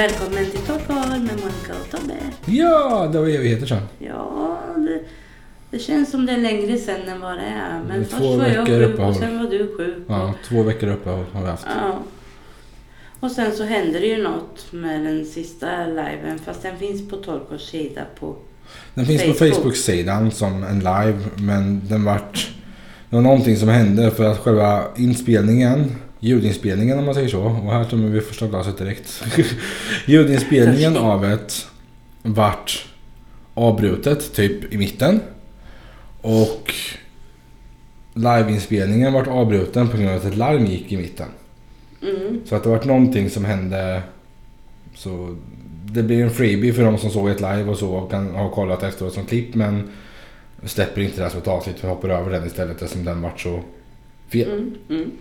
välkommen till Torkar med Monica och Tobbe. Ja, det var evigheter sedan. Ja, det känns som det är längre sedan än vad det är. Men först 2 var jag veckor sjuk och sen var du sjuk. Ja, 2 veckor uppehåll har vi haft. Ja. Och sen så hände det ju något med den sista liven. Fast den finns på Torkars sida på Den finns på Facebook-sidan som en live. Men det var någonting som hände för att själva ljudinspelningen om man säger så. Och här tar vi första glaset direkt. Ljudinspelningen av ett vart avbrutet typ i mitten. Och liveinspelningen vart avbruten på grund av att ett larm gick i mitten. Så att det var någonting som hände. Så det blir en freebie för de som såg ett live och så och kan ha kollat efteråt som klipp, men släpper inte det som ett avsnitt för hoppar över den istället eftersom den vart så fel.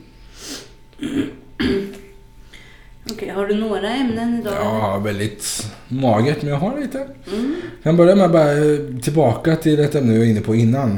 Okej, har du några ämnen idag? Ja, väldigt magert, men jag har lite. Jag kan börja med bara tillbaka till ett ämne jag var inne på innan.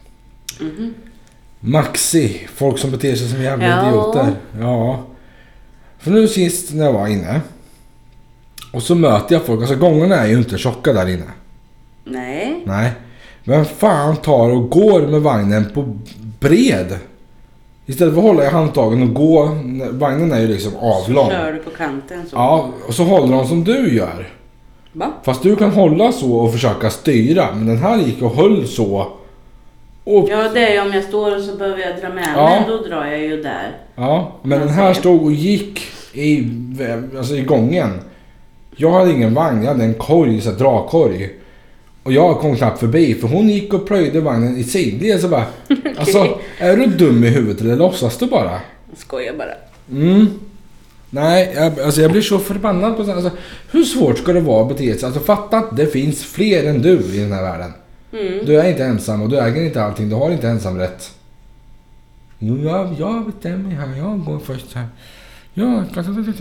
Maxi, folk som beter sig som jävla idioter. Ja. För nu sist när jag var inne och så möter jag folk, alltså gångarna är ju inte tjocka där inne. Nej. Men fan tar och går med vagnen på bred. Istället för att hålla i handtagen och gå, vagnen är ju liksom avlång. Så kör du på kanten så. Ja, och så håller de som du gör. Va? Fast du kan hålla så och försöka styra, men den här gick och höll så. Och ja, det är om jag står och så behöver jag dra med, men då drar jag ju där. Ja, men den här stod och gick i gången. Jag hade ingen vagn, jag hade en korg, så dragkorg. Och jag kom knappt förbi, för hon gick och plöjde vagnen i sidled så bara. Okay. Alltså, är du dum i huvudet eller låtsas du bara? Jag skojar bara. Nej, jag blir så förbannad på sånt. Alltså, hur svårt ska det vara att bete sig? Alltså fatta att det finns fler än du i den här världen. Du är inte ensam och du äger inte allting, du har inte ensamrätt. Jo, jag bestämmer här, jag går först här. Jag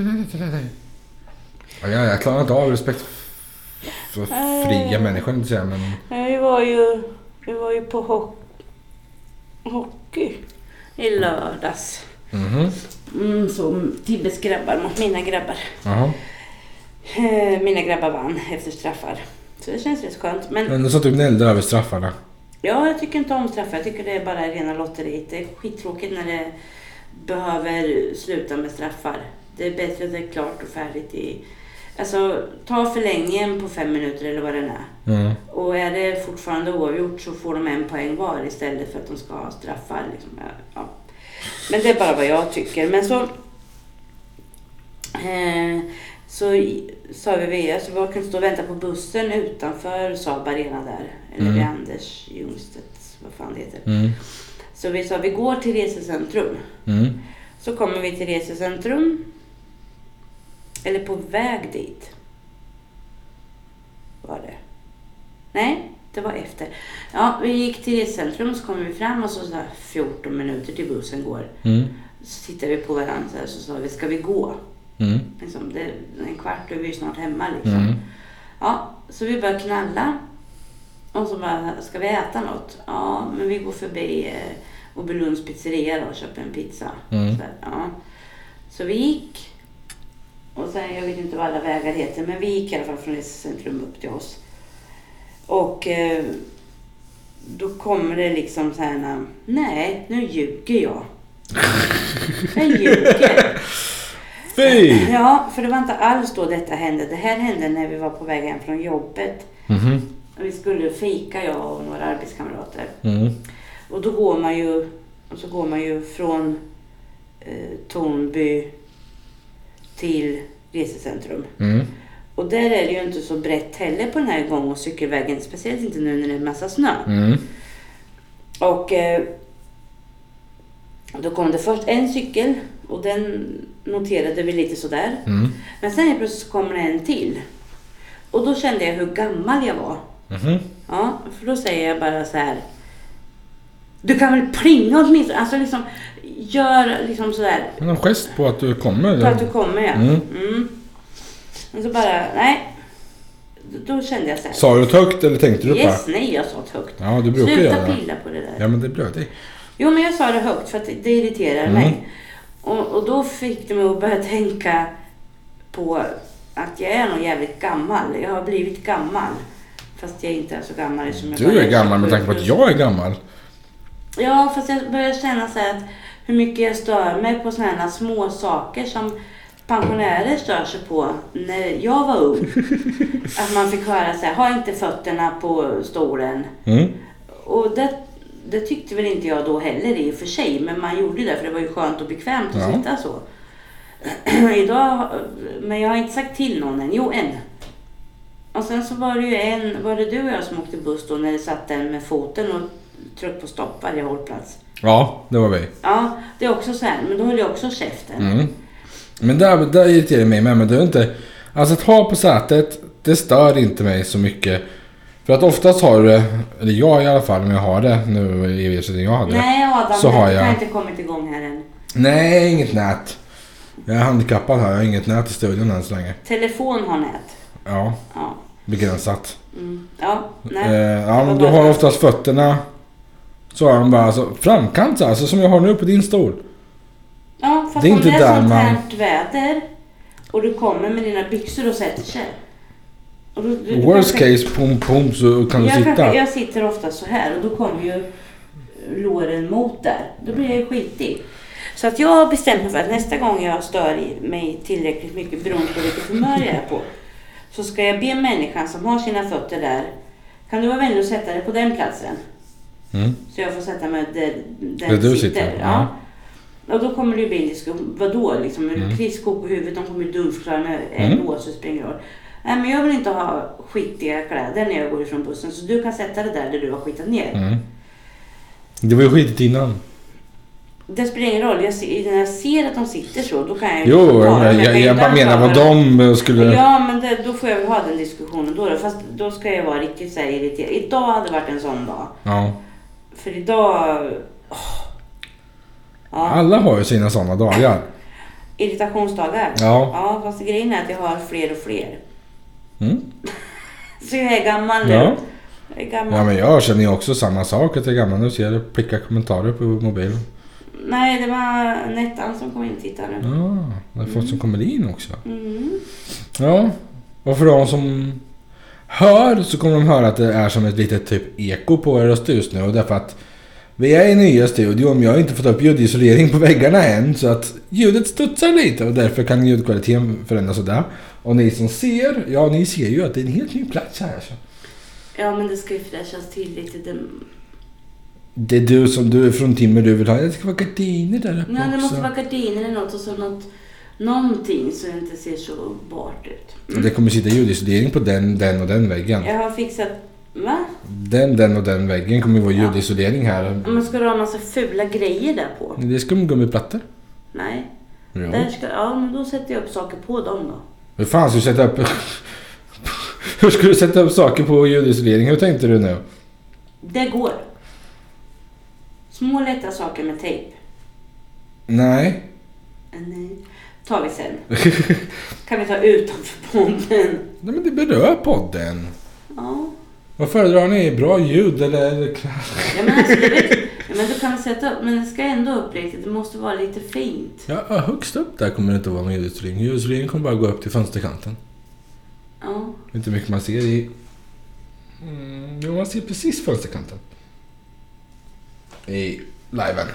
klarar inte av respekt för fria människor, inte säga, men vi var ju på hockey i lördags. Så Tibbes grabbar mot mina grabbar. Mina grabbar vann efter straffar. Så det känns rätt skönt. Men du sa typ gnällde över straffarna. Ja, jag tycker inte om straffar. Jag tycker det är bara rena lotteriet. Det är skittråkigt när det behöver sluta med straffar. Det är bättre att det är klart och färdigt alltså, ta förlängningen på 5 minuter eller vad den är. Och är det fortfarande oavgjort så får de 1 poäng var istället för att de ska ha straffar. Liksom. Ja. Men det är bara vad jag tycker. Men så sa vi alltså, vi kan stå och vänta på bussen utanför Saab Arena där. Eller vid Anders Ljungstedt, vad fan det heter. Så vi sa vi går till resecentrum. Så kommer vi till resecentrum. Eller på väg dit. Var det? Nej, det var efter. Ja, vi gick till resecentrum och så kom vi fram och så 14 minuter till bussen går. Så tittade vi på varandra och så sa vi, ska vi gå? Liksom, det är en kvart och vi är snart hemma liksom. Ja, så vi började knalla. Och så bara, ska vi äta något? Ja, men vi går förbi Obelunds pizzeria och köper en pizza. Så vi gick. Och sen, jag vet inte vad alla vägar heter, men vi gick i alla fall från resecentrum upp till oss. Och då kommer det liksom så här, nej, nu ljuger jag. Jag ljuger. Fy! Ja, för det var inte alls då detta hände. Det här hände när vi var på väg hem från jobbet. Vi skulle fika, jag och några arbetskamrater. Och då går man ju från Tornby till resecentrum. Och där är det ju inte så brett heller på den här gång- och cykelvägen. Speciellt inte nu när det är en massa snö. Och då kom det först en cykel. Och den noterade vi lite sådär. Men sen plötsligt kommer det en till. Och då kände jag hur gammal jag var. Ja, för då säger jag bara så här. Du kan väl plinga åtminstone. Alltså liksom, gör liksom sådär. En gest på att du kommer. På att du kommer, ja. Och så bara, nej. Då kände jag så här. Sa du högt eller tänkte du på? Yes, nej, jag sa högt. Ja, du brukar göra det. Sluta pilla på det där. Ja, men det bröt dig. Jo, men jag sa det högt för att det irriterar mig. Och då fick det mig att börja tänka på att jag är nog jävligt gammal. Jag har blivit gammal. Fast jag inte är så gammal som jag Du är gammal med tanke på att jag är gammal. Ja, fast jag börjar känna så att hur mycket jag stör mig på såna här små saker som pensionärer stör sig på när jag var ung. Att man fick höra så här, ha inte fötterna på stolen. Och det tyckte väl inte jag då heller i och för sig. Men man gjorde det för det var ju skönt och bekvämt att sitta så. Idag, men jag har inte sagt till någon än. Jo, en. Och sen så var det ju var det du och jag som åkte buss då när det satt en med foten och tryckte på stopp varje hållplats? Ja, det var vi. Ja, det är också så här, men då höll jag också käften. Men där irriterar mig med, men det är inte... Alltså att ha på sätet, det stör inte mig så mycket. För att oftast har du, eller jag i alla fall, men jag har det nu i ersättning jag hade. Nej Adam, så har jag har inte kommit igång här än. Nej, inget nät. Jag är handikappad här, jag har inget nät i studion än så länge. Telefon har nät. Ja. Begränsat. Ja, nej. Men du har oftast fötterna. Så har de bara alltså, framkant alltså, som jag har nu på din stol. Ja, fast det är inte om det är där sånt man... här väder och du kommer med dina byxor och sätter sig. Och worst case, pum, så kan du sitta. Jag sitter ofta så här och då kommer ju låren mot där. Då blir jag ju skitig. Så att jag har bestämt mig för att nästa gång jag stör mig tillräckligt mycket beroende på vilket humör jag är på, så ska jag be människan som har sina fötter där, kan du vara vänlig och sätta dig på den platsen? Så jag får sätta mig där du sitter. Ja. Och då kommer det ju bli en diskussion. Vadå liksom? Kriskok på huvudet, de kommer ju dumförklara med en lås och springer roll. Nej, men jag vill inte ha skitiga kläder när jag går ifrån bussen, så du kan sätta det där du har skitat ner. Det var ju skitigt innan. Det spelar ingen roll. När jag ser att de sitter så, då kan jag... Jo, jag bara menar vad de skulle... Ja, men då får jag väl ha den diskussionen då. Fast då ska jag vara riktigt så här irriterad. Idag hade varit en sån dag. Ja. För idag... Ja. Alla har ju sina såna dagar. Irritationsdagar. Ja, fast grejen är att jag har fler och fler. Så jag är gammal nu. Ja. Jag är gammal. Ja, men jag känner ju också samma sak, att jag är gammal nu. Så jag plickar kommentarer på mobilen. Nej, det var Nettan som kom in och tittade nu. Ja, det är folk som kommer in också. Ja, och för de som hör så kommer de höra att det är som ett litet typ eko på er röst just nu. Och därför att vi är i nya studion, jag har inte fått upp ljudisolering på väggarna än, så att ljudet studsar lite och därför kan ljudkvaliteten förändras sådär. Och ni som ser, ja ni ser ju att det är en helt ny plats här. Så. Ja, men det ska ju fräschas till lite. Det är du är från Timmer, du vill ha, det ska vara gardiner där uppe. Ja, det måste vara gardiner eller något och så någonting så det inte ser så bart ut. Och det kommer sitta ljudisolering på den och den väggen. Jag har fixat... Va? Den och den väggen kommer vara ljudisolering här. Men ska du ha en massa fula grejer där på? Det är skumgummiplattor. Nej. Ja. Men då sätter jag upp saker på dem då. Hur fan ska du sätta upp... Hur ska du sätta upp saker på ljudisolering? Hur tänkte du nu? Det går. Små lätta saker med tejp. Nej. Nej. Tar vi sen. Kan vi ta utanför podden? Nej, men det berör podden. Ja. Vad föredrar ni? Bra ljud eller... Ja, men alltså men du kan sätta upp, men det ska ändå upp riktigt. Det måste vara lite fint. Ja, högst upp där kommer det inte att vara någon ljudisolering. Ljudisoleringen kommer bara gå upp till fönsterkanten. Ja. Inte mycket man ser i... Jo, man ser precis fönsterkanten. I liven.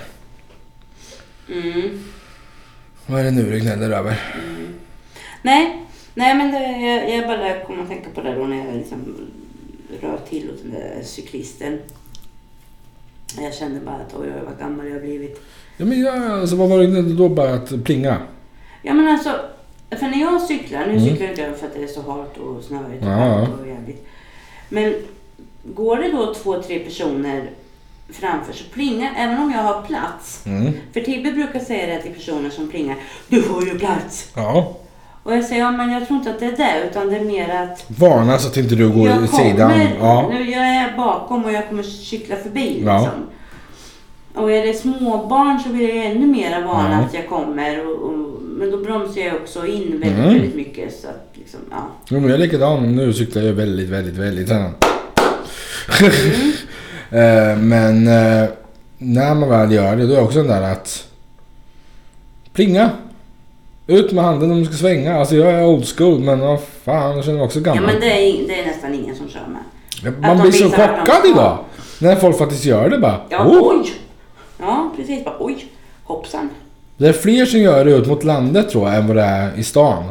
Vad är det nu du gnäller över? Nej, men jag bara kommer att tänka på det då när jag liksom rör till och den där cyklisten. Jag kände bara att oj, vad gammal jag har blivit. Ja, men alltså, vad var det då bara att plinga? Ja, men alltså, för när jag cyklar, nu cyklar jag inte för att det är så halt och snöigt och jävligt. Men går det då 2-3 personer framför så plingar, även om jag har plats. För Tibbe brukar säga det till personer som plingar, du får ju plats. Ja. Och jag säger, ja, men jag tror inte att det är det, utan det är mer att... Varna så att inte du går i sidan. Ja. Nu jag är bakom och jag kommer cykla förbi liksom. Och är det småbarn så blir jag ännu mer vana att jag kommer. Men då bromsar jag också in väldigt mycket. Så att liksom, ja. Jo, men jag är likadan. Nu cyklar jag väldigt sällan. Men när man väl gör det, då är också den där att plinga. Ut med handen om du ska svänga. Alltså jag är old school, men vad fan, jag känner mig också gammal. Ja, men det är nästan ingen som kör med. Man blir så chockad idag. När folk faktiskt gör det bara. Ja, oj. Ja, precis. Bara, oj, hoppsan. Det är fler som gör det ut mot landet tror jag än vad det är i stan.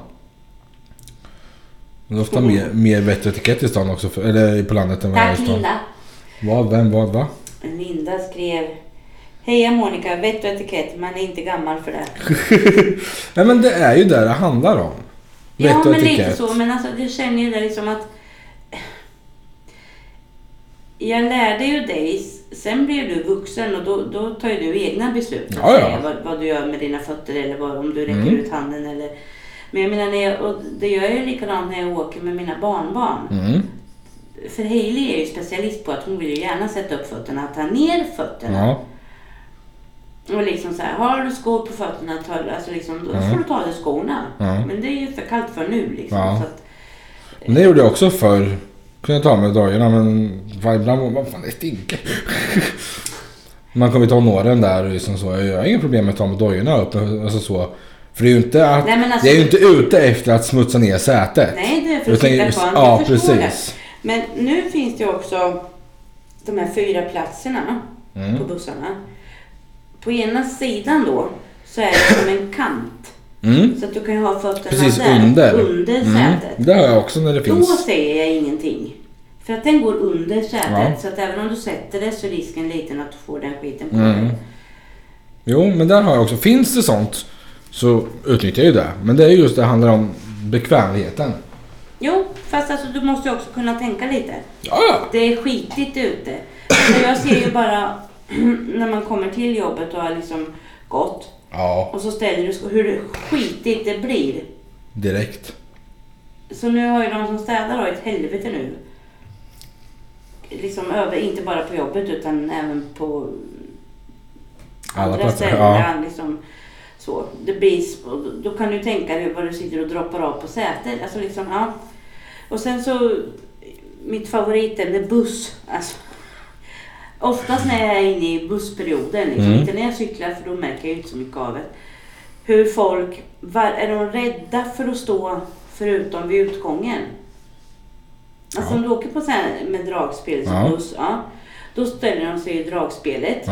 Det är ofta mer bättre etikett i stan också. Eller på landet än vad det är i stan. Tack Linda. Va? Linda skrev: Hej Monica, vett och etikett, man är inte gammal för det. Nej men det är ju det handlar om. Ja vett och men etikett. lite så, men alltså du känner ju det liksom att jag lärde ju dig, sen blir du vuxen och då tar ju du egna beslut. Ja. Vad du gör med dina fötter eller om du räcker ut handen eller. Men jag menar, och det gör jag ju likadant när jag åker med mina barnbarn. För Hailey är ju specialist på att hon vill ju gärna sätta upp fötterna, ta ner fötterna. Ja. Och liksom så här, har du skor på fötterna, alltså liksom, då får du ta av dig skorna. Ja. Men det är ju för kallt för nu liksom. Ja. Så att, Men det gjorde jag också förr. Kunde jag ta med dojorna, men ibland vad fan det stinker. Man kommer ta nåren där och liksom så. Jag har inga problem med att ta med dojorna upp. Alltså så. För det är ju inte att, alltså, jag är ju inte ute efter att smutsa ner sätet. Nej, det är för att sitta kvar. Ja, precis. Men nu finns det ju också de här 4 platserna på bussarna. På ena sidan då så är det som en kant. Så att du kan ha fötterna precis där under sätet. Det har jag också när det finns. Då säger jag ingenting. För att den går under sätet. Så att även om du sätter det så är risken liten att du får den skiten på dig. Jo, men där har jag också. Finns det sånt så utnyttjar jag ju det. Men det är just det handlar om bekvämligheten. Jo, fast alltså du måste ju också kunna tänka lite. Ja. Det är skitigt ute. Alltså jag ser ju bara när man kommer till jobbet och har liksom gått. Ja. Och så ställer du hur skitigt det blir. Direkt. Så nu har ju de som städar ett helvete nu. Liksom inte bara på jobbet utan även på alla andra platser. ställen. Ja. Liksom, så. Det blir, då kan du tänka dig vad du sitter och droppar av på sätet. Alltså liksom, ja. Och sen så, mitt favoritämne är buss. Alltså, oftast när jag är inne i bussperioden, liksom, inte när jag cyklar för då märker jag inte så mycket av det. Hur folk, är de rädda för att stå förutom vid utgången? Alltså om du åker på så här med dragspel som buss, då ställer de sig i dragspelet.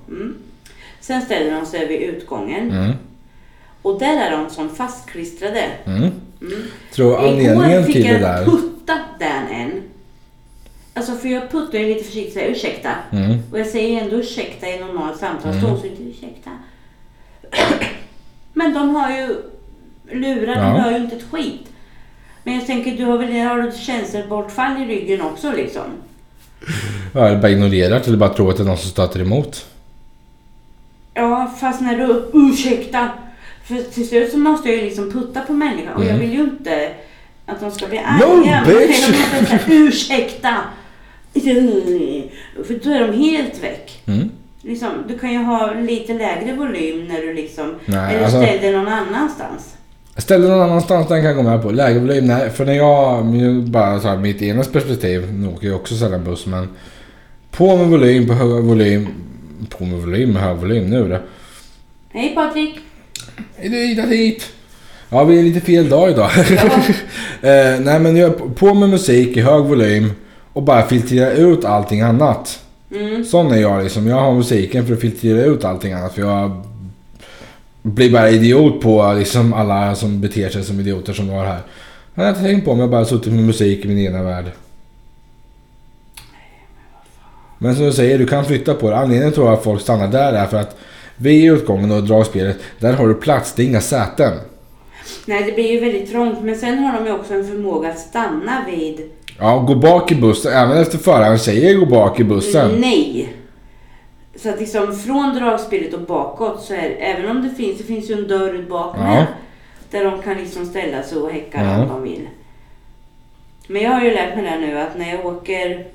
Sen ställer de sig vid utgången. Och där är de som fastklistrade. Tror anledningen till det där. Igår fick jag putta den en. Alltså för jag puttar ju lite försiktigt så här, ursäkta. Och jag säger ändå ursäkta i normal samtalston, så inte ursäkta. Men de har ju lurar, de hör ju inte ett skit. Men jag tänker, har du känselbortfall i ryggen också liksom? Ja, eller bara ignorerar eller bara tror att det är någon som stöter emot. Ja, fast när du ursäkta. För till slut så måste jag ju liksom putta på människan. Och jag vill ju inte att de ska bli arga. No, bitch! De måste säga, ursäkta. För då är de helt väck. Liksom, du kan ju ha lite lägre volym när du liksom... Nej, eller alltså, ställ dig någon annanstans. Ställ dig någon annanstans, den kan jag gå med på. Lägre volym, nej. För när jag bara tar mitt enas perspektiv, nu åker jag också sällan buss, men på med volym, på hög volym, på med volym, med hög volym, nu är det. Hej Patrik! Är du hit? Ja, vi är lite fel dag idag. Nej, men jag på med musik i hög volym och bara filtrera ut allting annat. Sån är jag liksom. Jag har musiken för att filtrera ut allting annat. För jag blir bara idiot på liksom alla som beter sig som idioter som var här. Jag har inte tänkt på mig, jag bara suttit med musik i min ena värld. Men som du säger, du kan flytta på det. Anledningen tror jag att folk stannar där är för att vid utgången och dragspelet, där har du plats, det är inga säten. Nej, det blir ju väldigt trångt. Men sen har de ju också en förmåga att stanna vid... Ja, gå bak i bussen. Även efter föraren säger gå bak i bussen. Nej. Så att liksom från dragspelet och bakåt så är även om det finns ju en dörr ut bak med. Där de kan liksom ställa sig och häcka om de vill. Men jag har ju lärt mig det nu att när jag åker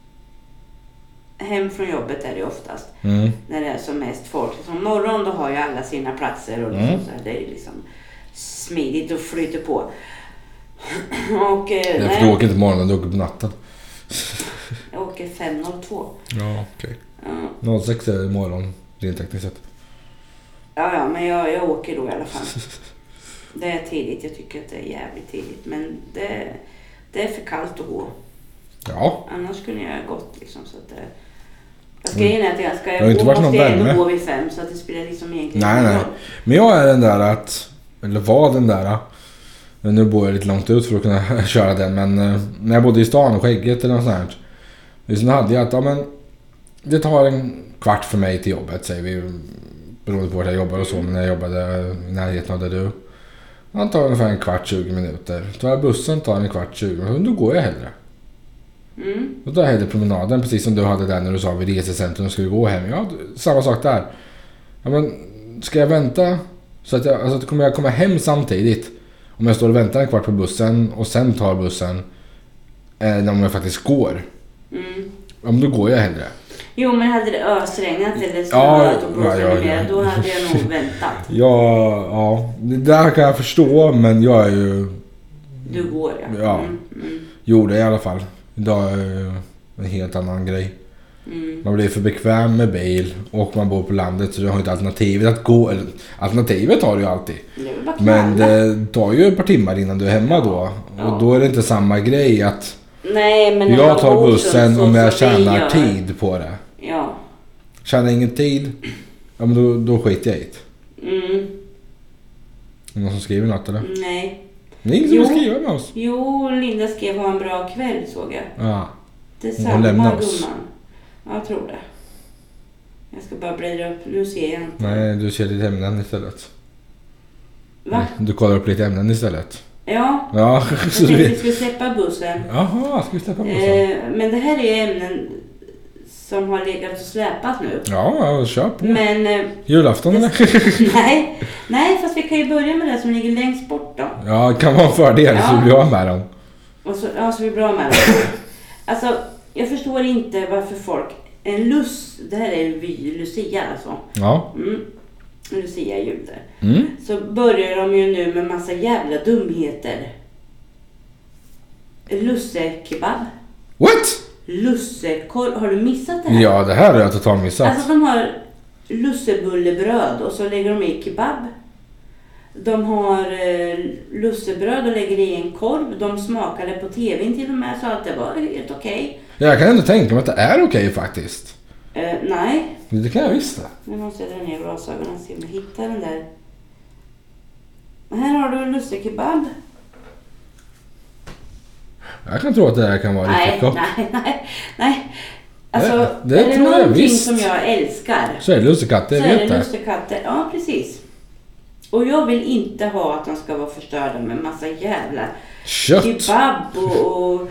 hem från jobbet är det oftast. När det är som mest folk. Som morgon då har ju alla sina platser och liksom så här, det är liksom smidigt och flyter på. Och, för du åker inte morgonen, du åker på natten. Jag åker 5:02. Ja, okej. 06 är imorgon, rent tekniskt sett. Ja, men jag åker då i alla fall. Det är tidigt, jag tycker att det är jävligt tidigt. Men det är för kallt att gå. Ja. Annars skulle jag ha gått liksom så att det... Grejen är att jag ska måste ändå gå vid 5 så att det spelar liksom egentligen Nej. Men jag är den där att... Eller var den där... Men nu bor jag lite långt ut för att kunna köra den. Men när jag bodde i stan och Skägget eller något sånt här. Så hade jag att det tar en kvart för mig till jobbet, säger vi. Beroende på var jag jobbar och så. Men när jag jobbade i närheten av där du. Han tar ungefär en kvart, 20 minuter. Tar jag bussen tar en kvart, 20 minuter. Då går jag hellre. Då tar jag hellre promenaden. Precis som du hade där när du sa vid resecentrum ska vi gå hem. Ja, samma sak där. Ja, men ska jag vänta så att jag kommer jag komma hem samtidigt? Om jag står och väntar en kvart på bussen och sen tar bussen. Eller om jag faktiskt går. Om då går jag hellre. Jo, men hade det ösregnat eller snöat och blåst mer, då hade jag nog väntat. Ja, det där kan jag förstå, men jag är ju... Du går, ja. Ja, gjorde i alla fall. Idag är det en helt annan grej. Man blir för bekväm med bil och man bor på landet så du har inte alternativet att gå. Alternativet har du ju alltid. Men det tar ju ett par timmar innan du är hemma då. Och då är det inte samma grej att... Nej, men jag tar bussen om jag tjänar tid på det. Ja. Tjänar ingen tid, ja men då skiter jag i det. Är det någon som skriver något eller? Nej. Det är ingen som vill skriva med oss. Jo, Linda skrev ha en bra kväll, såg jag. Ja. Det är samma gumman. Jag tror det. Jag ska bara bläddra upp. Nu ser jag inte. Nej, du ser lite ämnen istället. Va? Du kollar upp lite ämnen istället. Ja. Jag tänkte vi skulle släppa bussen. Jaha, ska vi släppa bussen? Men det här är ämnen som har legat och släpat nu. Ja, kör på. Men... julafton eller? Nej, fast vi kan ju börja med det som ligger längst bort då. Ja, det kan vara en fördel så vi blir av med dem. Och så, så vi blir av med dem. Alltså, jag förstår inte varför folk... det här är Lucia alltså. Ja. Lucia-jul där. Så börjar de ju nu med massa jävla dumheter. Lussekebab. What? Lussekorv. Har du missat det här? Ja, det här har jag totalt missat. Alltså de har lussebullebröd och så lägger de i kebab. De har lussebröd och lägger i en korv. De smakade på tvn till och med så att det var helt okej. Jag kan ändå tänka mig att det är okej faktiskt. Nej. Det kan jag visst. Nu måste jag dra ner glasögonen och se om jag hittar den där. Här har du en lussekebab. Jag kan tro att det här kan vara riktigt gott. Nej. Alltså, det är det någonting som jag älskar så är det lussekatter. Så är det lussekatter, ja precis. Och jag vill inte ha att de ska vara förstörda med massa jävla kött. Kebab och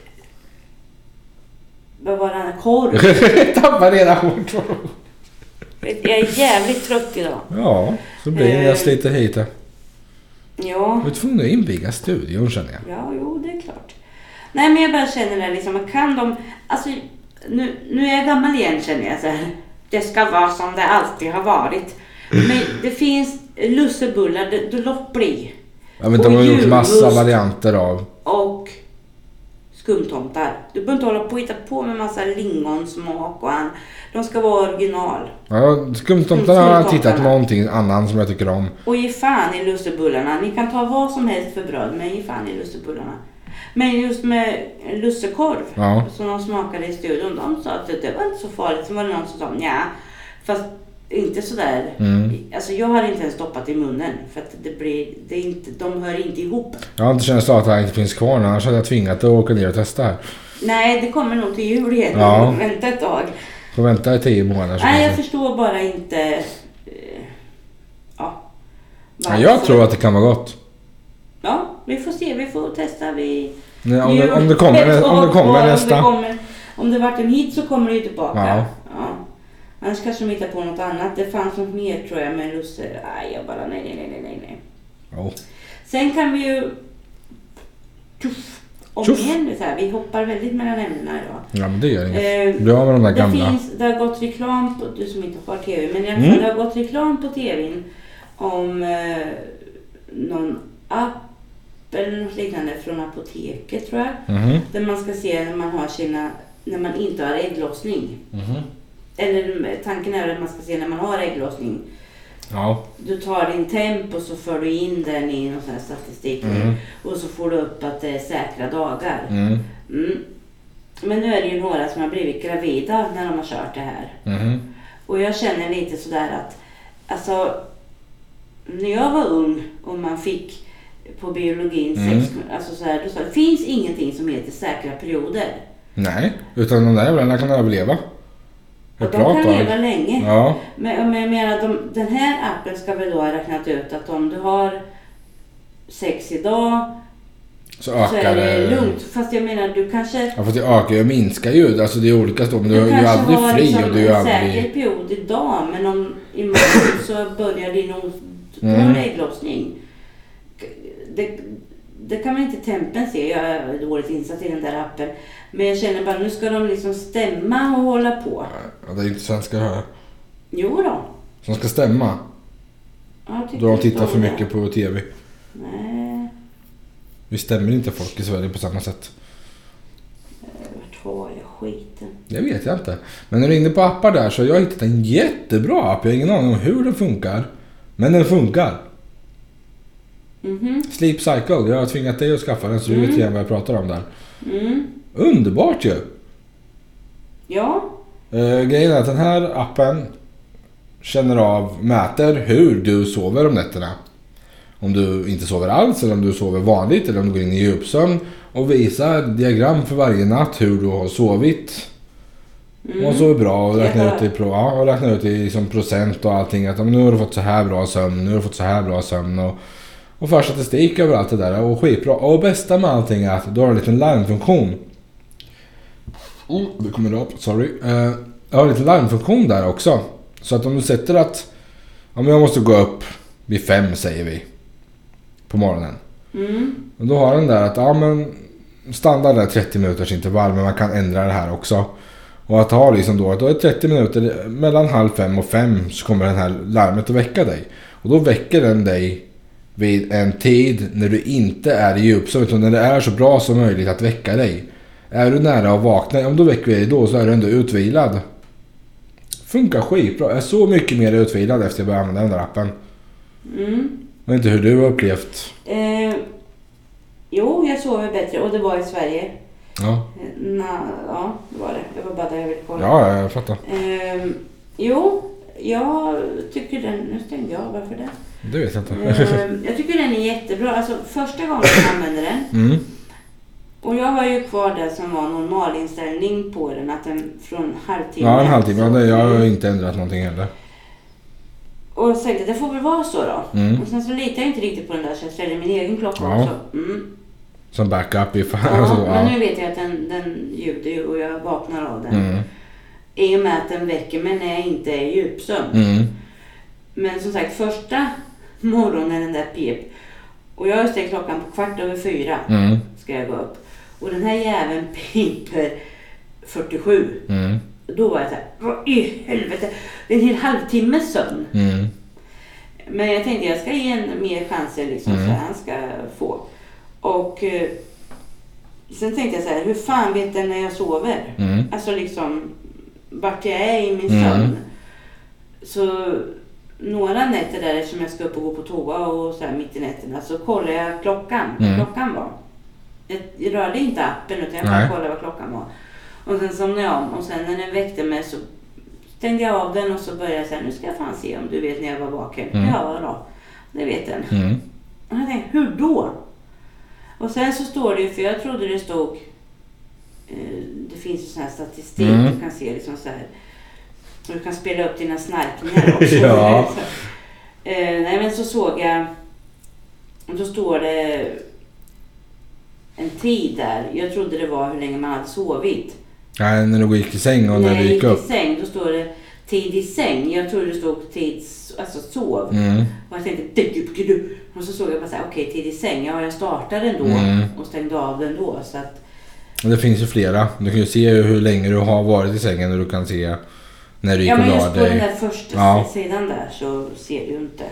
vad var det? Korv. Tappar redan hårt. Jag är jävligt trött idag. Ja, så blir det när jag sliter hit det. Ja. Du får nog inbygga studion känner jag. Ja, jo det är klart. Nej men jag bara känner det liksom, kan de, alltså nu är jag gammal igen känner jag så här. Det ska vara som det alltid har varit. Men det finns lussebullar, du låt bli. Ja men de har gjort massa varianter av. Och skumtomtar. Du behöver inte hålla på och hitta på med massa lingonsmak och de ska vara original. Ja, skumtomtarna har jag tittat någonting annan som jag tycker om. Och ge fan i lussebullarna. Ni kan ta vad som helst för bröd, men ge fan i lussebullarna. Men just med lussekorv som de smakade i studion, de sa att det var inte så farligt. Så var det någon som sa, ja, fast inte sådär. Alltså jag har inte ens stoppat i munnen för att de hör inte ihop. Jag har inte känt att det här inte finns kvar, annars hade jag tvingat att åka ner och testa här. Nej, det kommer nog till jul igen. Vänta ett tag. Får vänta i 10 månader. Nej, jag förstår bara inte. Jag tror att det kan vara gott. Ja, vi får se. Vi får testa. Om det kommer nästa. Om det varit en hit så kommer det ju tillbaka. Ja. Annars kanske de hittar på något annat. Det fanns något mer tror jag med lusse. Nej, jag bara nej. Oh. Sen kan vi ju igen så här. Vi hoppar väldigt mellan ämnena idag. Ja, men det gör inget. Bra med de där gamla. Det har gått reklam på, du som inte har tv, men i alla fall det har gått reklam på tvn om någon app eller något liknande från apoteket tror jag. Där man ska se när man inte har ägglossning. Eller tanken är att man ska se när man har ägglossning. Ja. Du tar din temp och så för du in den i någon sån här statistik. Och så får du upp att det är säkra dagar. Men nu är det ju några som har blivit gravida när de har kört det här. Och jag känner lite sådär att alltså, när jag var ung och man fick på biologin alltså så här, då sa det finns ingenting som heter säkra perioder. Nej, utan de där jävlarna kan överleva. Och de kan leva länge. Ja. Men jag menar, den här appen ska väl då ha räknat ut att om du har sex idag så är det lugnt. Fast jag menar, du kanske... Ja, fast det ökar och minskar ju. Alltså det är olika stå, men du är ju aldrig fri. Liksom och du är aldrig... säker period idag, men om imorgon så börjar din ägglossning. Det kan man inte tempen se. Jag är dåligt insatt i den där appen. Men jag känner bara, nu ska de liksom stämma och hålla på. Ja, det är inte svenskar här. Jo då. Som ska stämma? Ja, då de tittar för mycket på tv. Nej. Vi stämmer inte folk i Sverige på samma sätt. Vart har jag skiten? Det vet jag inte. Men när du är inne på appar där så har jag hittat en jättebra app. Jag har ingen aning om hur den funkar. Men den funkar. Sleep Cycle. Jag har tvingat dig att skaffa den så du vet igen vad jag pratar om där. Underbart ju. Ja. Grejen är att den här appen mäter hur du sover om nätterna. Om du inte sover alls eller om du sover vanligt eller om du går in i djupsömn och visar diagram för varje natt hur du har sovit. Och så är bra och räkna ut i liksom procent och allting att nu har du fått så här bra sömn, nu har du fått så här bra sömn och för statistik över allt det där och skitbra. Och bästa med allting är att du har en liten larmfunktion. Det kommer upp, sorry. Jag har en liten larmfunktion där också. Så att om du sätter att jag måste gå upp vid 5 säger vi på morgonen. Och då har den där att standard är 30 minuters intervall, men man kan ändra det här också. Och att ha liksom då är 30 minuter mellan 4:30 och 5 så kommer den här larmet att väcka dig. Och då väcker den dig vid en tid när du inte är i djupsömn utan när det är så bra som möjligt att väcka dig. Är du nära att vakna, om du väcker dig då så är du ändå utvilad. Funkar skitbra. Jag är så mycket mer utvilad efter att jag började använda den där appen. Jag vet inte hur du har upplevt. Jo, jag sover bättre och det var i Sverige. Ja. Ja, det var det. Det var bara där jag ville kolla. Ja, jag fattar. Jo, jag tycker den... Nu stängde jag. Varför det? Det vet jag inte. Jag tycker den är jättebra. Alltså första gången jag använde den. Och jag har ju kvar det som var normalinställning på den. Att den från halvtimme... Ja, en halvtimme. Jag har inte ändrat någonting heller. Och så tänkte det får väl vara så då. Och sen så litar jag inte riktigt på den där så jag ställer min egen klocka också. Som backup i fall. Ja, men nu vet jag att den ljuder ju och jag vaknar av den. I och med att den väcker mig när jag inte är i djupsömn. Men som sagt, första morgonen den där pep. Och jag har ställt klockan på 4:15 ska jag gå upp. Och den här jäveln piper 47. Då var jag så här, vad i helvete? Det är en hel halvtimmes sömn. Men jag tänkte jag ska ge en mer chanser liksom, så han ska få. Och sen tänkte jag så här, hur fan vet den när jag sover? Alltså liksom, vart jag är i min sömn. Så några nätter där som jag ska upp och gå på toa och så här mitt i nätterna så kollar jag klockan. Klockan var. Jag rörde inte appen utan jag bara kollade vad klockan var. Och sen somnade jag om och sen när den väckte mig så stängde jag av den och så började jag säga, nu ska jag fan se om du vet när jag var vaken. Ja då, det vet den. Och jag tänkte, hur då? Och sen så står det ju, för jag trodde det stod, det finns ju sån här statistik, du kan se liksom så här, och du kan spela upp dina snarkningar också. Nej men så såg jag, och då står det en tid där, jag trodde det var hur länge man hade sovit. Nej, när du gick i säng och när du gick upp. När jag gick i säng, då står det tid i säng. Jag trodde det stod tid, alltså sov. Och jag tänkte, och så såg jag bara så här, okej, tid i säng. Ja, jag startade den då och stängde av den då. Så att... Det finns ju flera. Du kan ju se hur länge du har varit i sängen och du kan se när du gick och la dig. Ja, men just på den där första sidan där så ser du ju inte.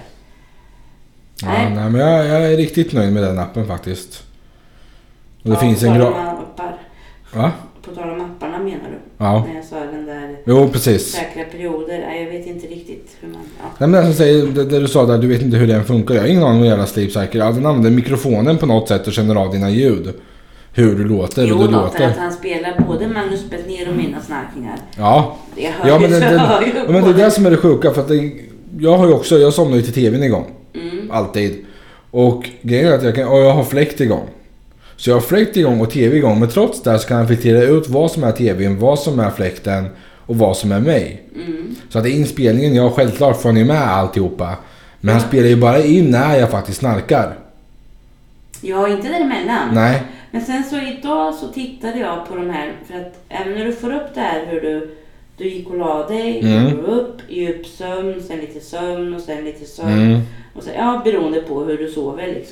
Nej, men jag är riktigt nöjd med den appen faktiskt. Och det finns en Va? På tal om apparna. menar du? Ja. När jag sa den där... Jo, precis. Säkra perioder. Nej, jag vet inte riktigt hur man... Ja. Nej, men jag säger, det du sa där, du vet inte hur den funkar. Jag har ingen aning om jävla Sleep Cycle. Ja, den använder mikrofonen på något sätt och känner av dina ljud. Hur du låter. Jo, och du då, låter. för att han spelar både Magnus Betnér och mina snarkningar. Ja. Det hör men det är det som är det sjuka. För att jag somnar ju till tvn igång. Alltid. Och grejen är att jag har fläkt igång. Så jag har fläkt igång och tv igång. Men trots det så kan jag filtrera ut vad som är tvn, vad som är fläkten och vad som är mig. Så att i inspelningen, jag självklart får ni med alltihopa. Men han spelar ju bara in när jag faktiskt snarkar. Ja, inte däremellan. Nej. Men sen så idag så tittade jag på de här. För att även när du får upp det här hur du gick och la dig. Går upp, djup sömn, sen lite sömn och sen lite sömn. Och så, ja, beroende på hur du sover liksom.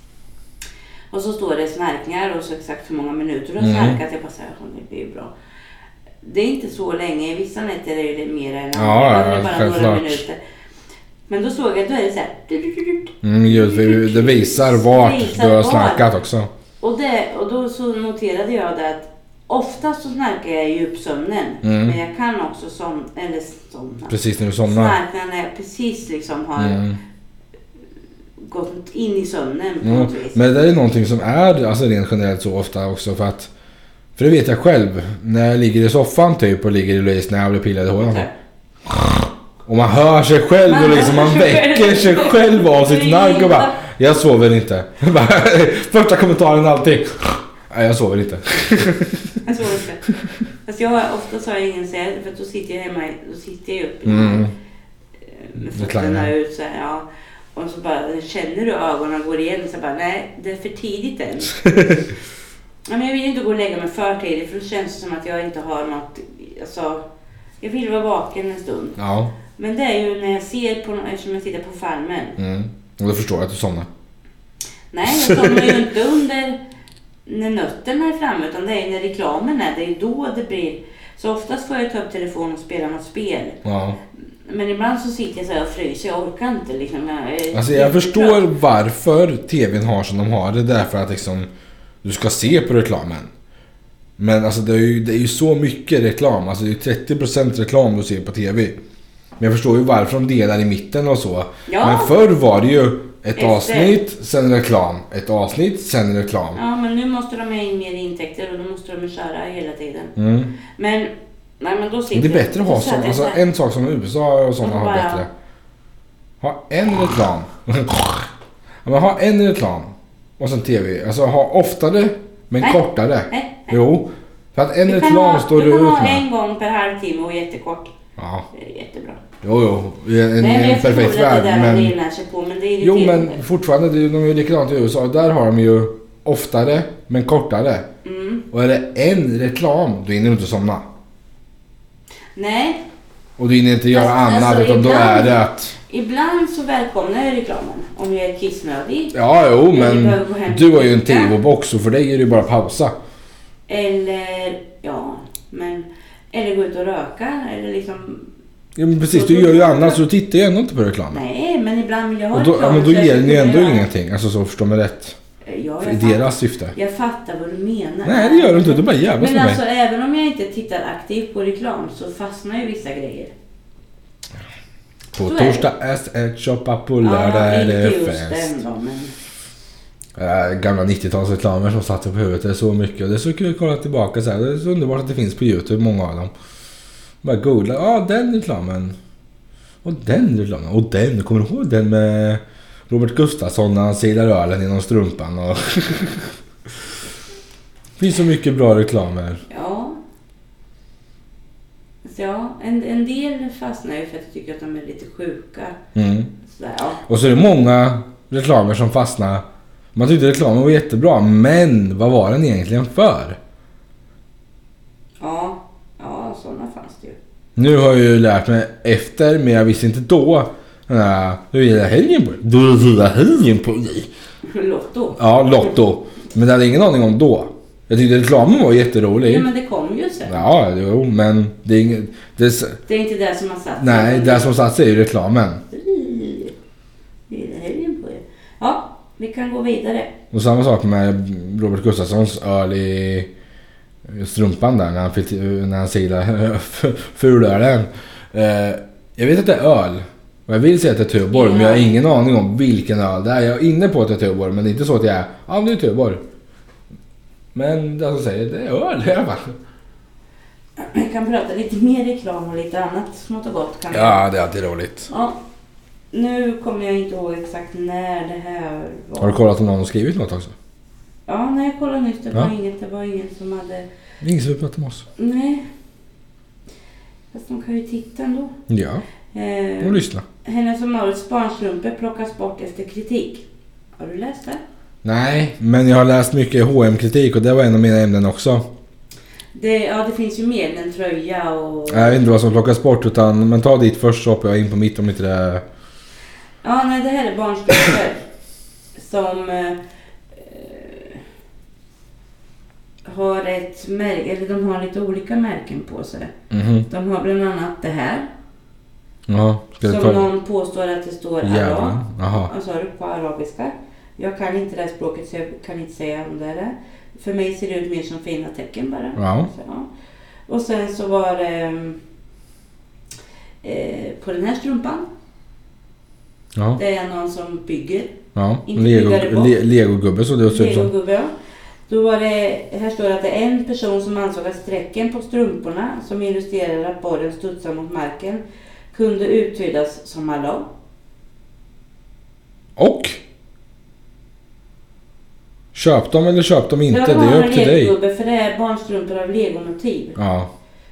Och så står det snarkningar och så exakt hur många minuter du har snarkat. Jag bara säger, det är ju bra. Det är inte så länge. I vissa nätter är det mer än andra. Det är bara några minuter. Men då såg jag att då är det så här. Det visar vart du har snarkat också. Och då så noterade jag det att oftast så snarkar jag i djupsömnen. Men jag kan också somna. Precis när du somnar. Snarkar när jag precis liksom har gått in i sömnen på något vis. Men det är någonting som är alltså rent generellt så ofta också för det vet jag själv när jag ligger i soffan typ och ligger i Louise när jag blir pillad i håret. Och man hör sig själv och liksom man väcker sig själv av sitt nark och bara, jag sover inte. Första kommentaren alltid. Nej, jag sover inte. Jag sover inte. Alltså ofta har jag ingen säg för att då sitter jag hemma, då sitter jag upp med fötterna ut så här, ja. Och så bara känner du ögonen går igen så bara, nej, det är för tidigt än. Ja, men jag vill inte gå och lägga mig för tidigt för då känns det som att jag inte har något, alltså, jag vill vara vaken en stund. Ja. Men det är ju när jag ser på, eftersom jag tittar på Farmen. Och då förstår jag att du somnar. Nej, jag somnar ju inte under när nötterna är framme utan det är när reklamen är, det är då det blir. Så oftast får jag ta upp telefonen och spela något spel. Ja. Men ibland så sitter jag så här och fryser, jag orkar inte liksom. Jag förstår varför tvn har som de har det, därför att liksom du ska se på reklamen. Men alltså det är ju så mycket reklam, alltså det är 30% reklam du ser på tv. Men jag förstår ju varför de delar i mitten och så. Ja. Men förr var det ju ett avsnitt, sen reklam. Ett avsnitt, sen reklam. Ja, men nu måste de ha in mer intäkter och då måste de köra hela tiden. Men då sitter det är bättre att ha sån, alltså en sak som USA och sådana har bättre. Ha en reklam. Men ha en reklam och sen tv. Alltså ha oftare men kortare. Nej. Jo, för att en reklam står du ut med. Du kan ha en gång per halvtimme och jättekort. Ja. Det är jättebra. Jo, en perfekt värld. Men fortfarande, de är ju likadant i USA. Där har de ju oftare men kortare. Och är det en reklam, då hinner du inte somna. Nej. Och du hinner inte göra annat, utan då är det att... Ibland så välkomnar jag reklamen. Om jag är kissnödig. Ja, jo, men du har ju en tv-box och för dig är det ju bara pausa. Eller gå ut och röka. Eller liksom... Ja, men precis, du gör ju annat så du tittar ju ändå inte på reklamen. Nej, men ibland vill jag ha reklam. Ja, men då ger den ju ändå ingenting. Alltså så förstår man rätt. I deras syfte. Jag fattar vad du menar. Nej, det gör du inte. Det är bara jävla men alltså, även om jag inte tittar aktivt på reklam så fastnar ju vissa grejer. På så torsdag är shoppa på lördag är det fest. Gamla 90-talsreklamer som satt på huvudet. Det är så mycket. Och det är så kul att kolla tillbaka. Så här. Det är så underbart att det finns på YouTube, många av dem. Bara googla. Den reklamen. Och den reklamen. Och den. Kommer du ihåg den med Robert Gustafsson när han silar ölen inom strumpan? Och det finns så mycket bra reklamer. Ja. Ja, en del fastnar ju för att jag tycker att de är lite sjuka. Sådär, ja. Och så är det många reklamer som fastnar. Man tyckte reklamen var jättebra, men vad var den egentligen för? Ja, sådana fanns det ju. Nu har jag ju lärt mig efter, men jag visste inte då. Du gillar helgen på dig. Du gillar helgen på dig. Lotto. Ja, Lotto. Men det hade ingen aning om då. Jag tyckte reklamen var jätterolig. Ja, men det kom ju sen. Ja, jo, men det är inget... Det är inte det som har satt sig. Nej, det som satt sig är ju reklamen. Det är helgen på er. Ja, vi kan gå vidare. Och samma sak med Robert Gustafssons öl i strumpan där när han silar fulölen. Jag vet att det är öl. Och jag vill säga att det är Tuborg, men jag har ingen aning om vilken öl det är. Jag är inne på att det är Tuborg, men det är inte så att jag är, ja det är Tuborg. Men det som säger, det är öl i alla fall. Jag kan prata lite mer reklam och lite annat smått och gott. Ja, det är alltid roligt. Ja. Nu kommer jag inte ihåg exakt när det här var. Har du kollat om någon har skrivit något också? Ja, när jag kollade nyss, det var ingen som hade... Ingen som vill prata med oss. Nej. Fast de kan ju titta ändå. Ja, och lyssna. Hennes och Maurits barnstrumpor plockas bort efter kritik. Har du läst det? Nej, men jag har läst mycket H&M-kritik och det var en av mina ämnen också. Det finns ju mer än en tröja och... Jag vet inte vad som plockas bort, men ta dit först så hoppar jag in på mitt om inte det... Ja, nej, det här är barnstrumpor som har ett märke, eller de har lite olika märken på sig. Mm-hmm. De har bland annat det här. Ja, som någon påstår att det står arab. Jaha. Alltså på arabiska. Jag kan inte det här språket så jag kan inte säga om det är det. För mig ser det ut mer som fina tecken bara. Ja. Så, ja. Och sen så var det på den här strumpan. Ja. Det är någon som bygger. Ja, Lego-gubbe så det ser ut som. Lego-gubbe, ja. Då var det, här står det att det är en person som ansåg att strecken på strumporna som illustrerade att bollen studsar mot marken kunde uttydas som Allah. Och? Köp dem eller köp dem inte, det är upp till dig. För det är barnstrumpor av Lego-motiv. Ja.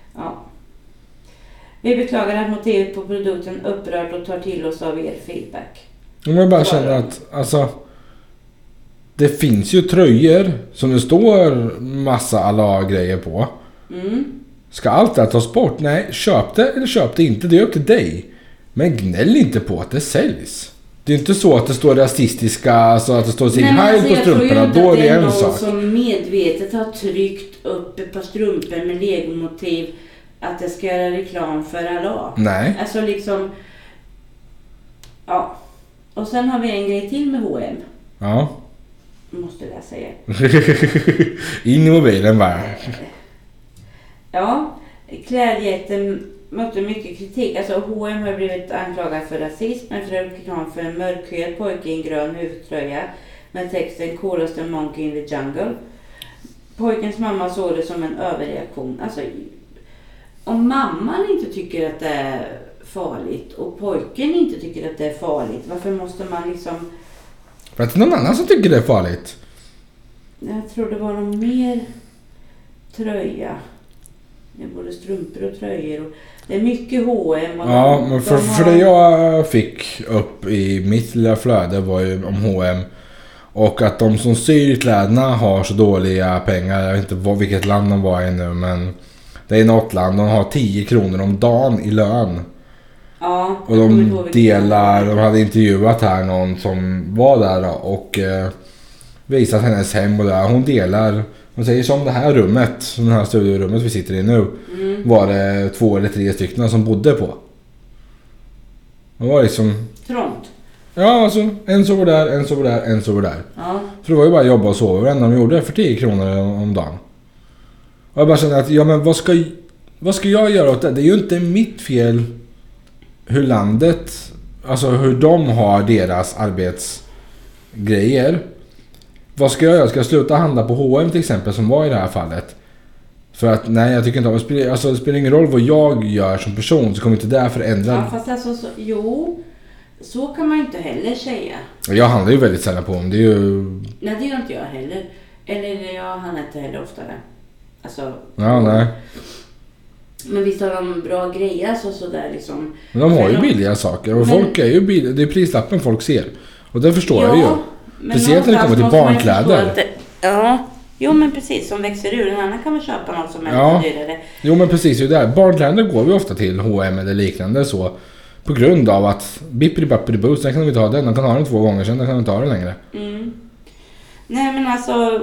Vi beklagar att motivet på produkten upprört och tar till oss av er feedback. Om jag bara känner att, alltså... Det finns ju tröjor som det står massa Allah-grejer på. Mm. Ska allt det här tas bort? Nej, köp det eller köp det inte. Det är upp till dig. Men gnäll inte på att det säljs. Det är inte så att det står rasistiska, alltså att det står Sig Heil på strumporna. Då är det en sak. Jag tror som medvetet har tryckt upp ett par strumpor med Lego-motiv att det ska göra reklam för Allah. Nej. Alltså liksom... Ja. Och sen har vi en grej till med H&M. Ja. Måste jag säga. In i mobilen bara. Ja, klädjätten mötte mycket kritik. Alltså H&M har blivit anklagad för rasism efter reklam för en mörkhyad pojke i en grön huvudtröja med texten "Coolest monkey in the jungle". Pojkens mamma såg det som en överreaktion. Alltså, om mamman inte tycker att det är farligt och pojken inte tycker att det är farligt, varför måste man liksom... För att det är någon annan som tycker det är farligt. Jag tror det var någon mer tröja. Det är både strumpor och tröjor. Och det är mycket H&M. Ja, men för det jag fick upp i mitt lilla flöde var ju om H&M. Och att de som syr kläderna har så dåliga pengar. Jag vet inte vilket land de var i nu, men det är något land. De har 10 kronor om dagen i lön. Ja, och de hade intervjuat här någon som var där då, och visat hennes hem och där. Hon delar, hon säger som det här rummet, som det här studiorummet vi sitter i nu, var det 2 eller 3 stycken som bodde på. Det var liksom... Trångt. Ja, alltså en sover där, en sover där, en sover där. Ja. För det var ju bara jobba och sova. Varenda de gjorde för 10 kronor om dagen. Och jag bara känner att, ja men vad ska jag göra åt det? Det är ju inte mitt fel hur landet, alltså hur de har deras arbetsgrejer. Vad ska jag göra? Ska jag sluta handla på H&M till exempel, som var i det här fallet? För att nej, jag tycker inte att det spelar ingen roll vad jag gör som person, så kommer inte det förändra. Ja, fast alltså, så kan man ju inte heller säga. Jag handlar ju väldigt sällan på dem, det är ju... Nej, det gör inte jag heller. Eller jag handlar inte heller oftare. Alltså... Ja, nej. Men visst har de bra grejer alltså, sådär liksom. Men de har ju billiga saker och folk är ju billiga. Det är prislappen folk ser. Och det förstår jag ju. Speciellt när det kommer till barnkläder. Jo men precis, som växer ur. En annan kan man köpa något som är lite dyrare. Jo men precis, ju där. Barnkläder går vi ofta till H&M eller liknande så. På grund av att bippidi-bappidi-boo, sen kan vi inte ha den. De kan ha den 2 gånger, sen kan de inte ha den längre. Mm. Nej men alltså...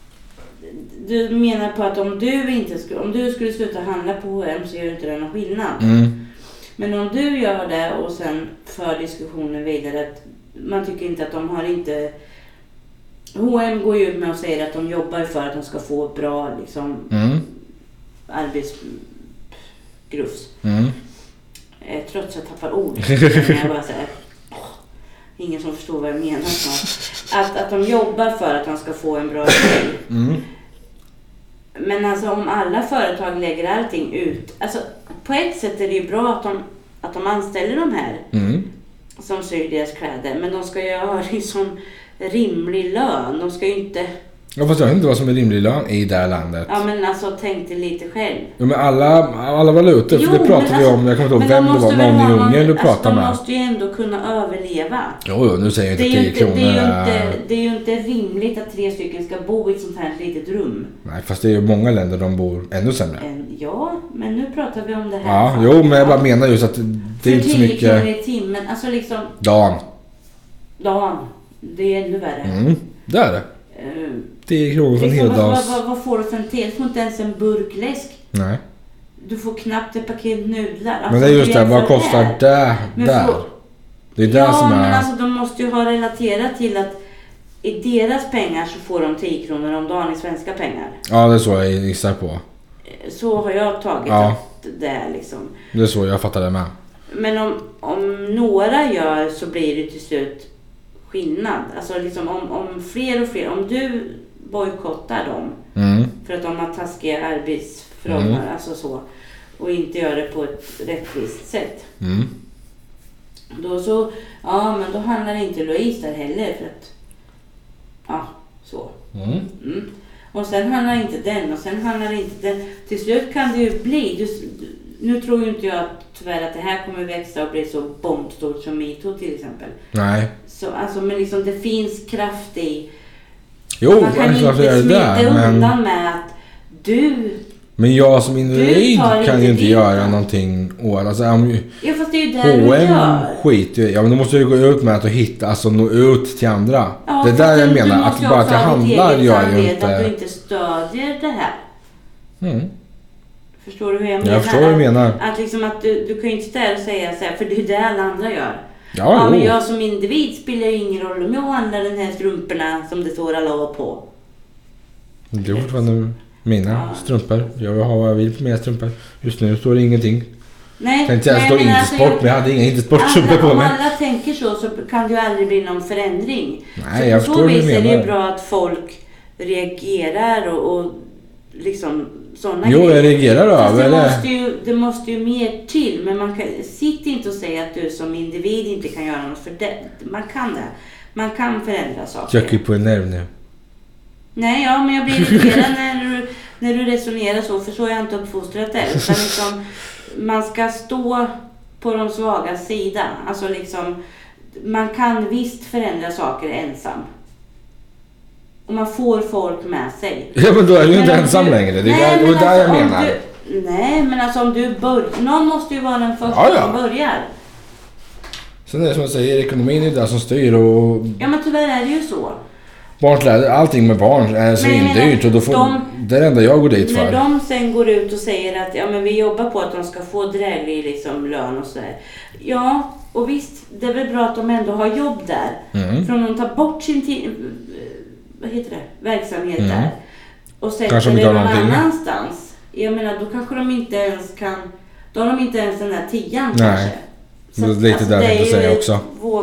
Du menar på att om du skulle sluta handla på H&M så gör inte det någon skillnad. Mm. Men om du gör det och sen för diskussionen vidare att man tycker inte att de har inte H&M går ju ut med och säger att de jobbar för att de ska få bra liksom, arbetsgrufs. Trots att jag tappar ord. Jag bara säger, ingen som förstår vad jag menar. Att de jobbar för att de ska få en bra grej. Men alltså om alla företag lägger allting ut. Alltså på ett sätt är det ju bra att de anställer de här som syr deras kläder. Men de ska ju ha liksom rimlig lön. De ska ju inte... Ja, fast jag vet inte vad som är rimlig lön i det här landet. Ja, men alltså tänk dig lite själv. Ja, men alla valutor, för det pratar vi om. Jag kommer inte ihåg vem det var, någon i Ungern du pratade med. De måste ju ändå kunna överleva. Jo, nu säger jag inte 10 kronor. Det är ju inte rimligt att 3 stycken ska bo i ett sånt här litet rum. Nej, fast det är ju många länder de bor ännu sämre. Ja, men nu pratar vi om det här. Ja, jo, men jag bara menar just att det är inte så mycket... 10 kronor i timmen, alltså liksom... Dan. Det är ännu värre. Det är det. 10 kronor från heldags. Vad får du för en te? Du får inte ens en burk läsk. Nej. Du får knappt ett paket nudlar. Alltså, men det är just det, vad kostar det där? Det är det som är... men alltså de måste ju ha relaterat till att i deras pengar så får de 10 kronor om dagen i svenska pengar. Ja, det är så jag gissar på. Så har jag tagit det liksom. Det är så jag fattar det med. Men om några gör så blir det till slut skillnad. Alltså liksom om fler och fler, om du bojkottar dem för att de har taskiga arbetsförhållanden, alltså så, och inte gör det på ett rättvist sätt. Då så, men då handlar inte Louise där heller för att så. Och sen handlar inte den och sen handlar inte den. Till slut kan det ju bli, nu tror ju inte jag tyvärr att det här kommer växa och bli så bombstort som MeToo till exempel. Nej. Så alltså, men liksom det finns kraft i. Jo, man kan inte smita undan med att men jag som individ kan ju inte göra någonting åt. Alltså, ja, fast det är ju där H&M skit ju. Ja, men då måste du gå ut med att hitta, alltså nå ut till andra. Ja, det är där jag menar, att bara att jag handlar gör ju inte... att du inte stödjer det här. Förstår du hur jag menar? Jag förstår vad du menar. Att liksom att du kan ju inte ställa och säga så här, för det är det alla andra gör. Ja, men jag som individ spelar ju ingen roll om jag handlar den här strumporna som det står alla på. Det är fortfarande mina strumpor. Jag vill ha vad jag vill på mina strumpor. Just nu står det ingenting. Nej, tänkte jag står inte alltså, sport, men jag hade inga inte sportstrumpor på mig. Om alla tänker så kan det ju aldrig bli någon förändring. Nej, jag förstår vad du menar. Så på så vis är det ju bra att folk reagerar och liksom sådana grejer. Jo, jag reagerar över det måste ju mer till, men man kan sitta inte och säga att du som individ inte kan göra något, för det. Man kan det. Man kan förändra saker. Jag är på en nerv nu. Nej, men jag blir irriterad när du resonerar så, för så har jag inte uppfostrat det. Utan liksom, man ska stå på de svaga sidan. Alltså liksom, man kan visst förändra saker ensam. Och man får folk med sig. Ja, men då är du inte ensam längre. Det är där jag menar. Nej, men alltså om du någon måste ju vara den första som börjar. Sen är det som jag säger, ekonomin är det som styr och... Ja, men tyvärr är det ju så. Barnkläder, allting med barn är svindyrt och då får det är det enda jag går dit för. När de sen går ut och säger att men vi jobbar på att de ska få dräglig liksom, lön och sådär. Ja, och visst, det är väl bra att de ändå har jobb där. För om de tar bort sin verksamhet där och sätter det någon annanstans. Jag menar, då kanske de inte ens kan, då har de inte ens den där 10 kanske. Så det är lite alltså, där jag tänkte säga också.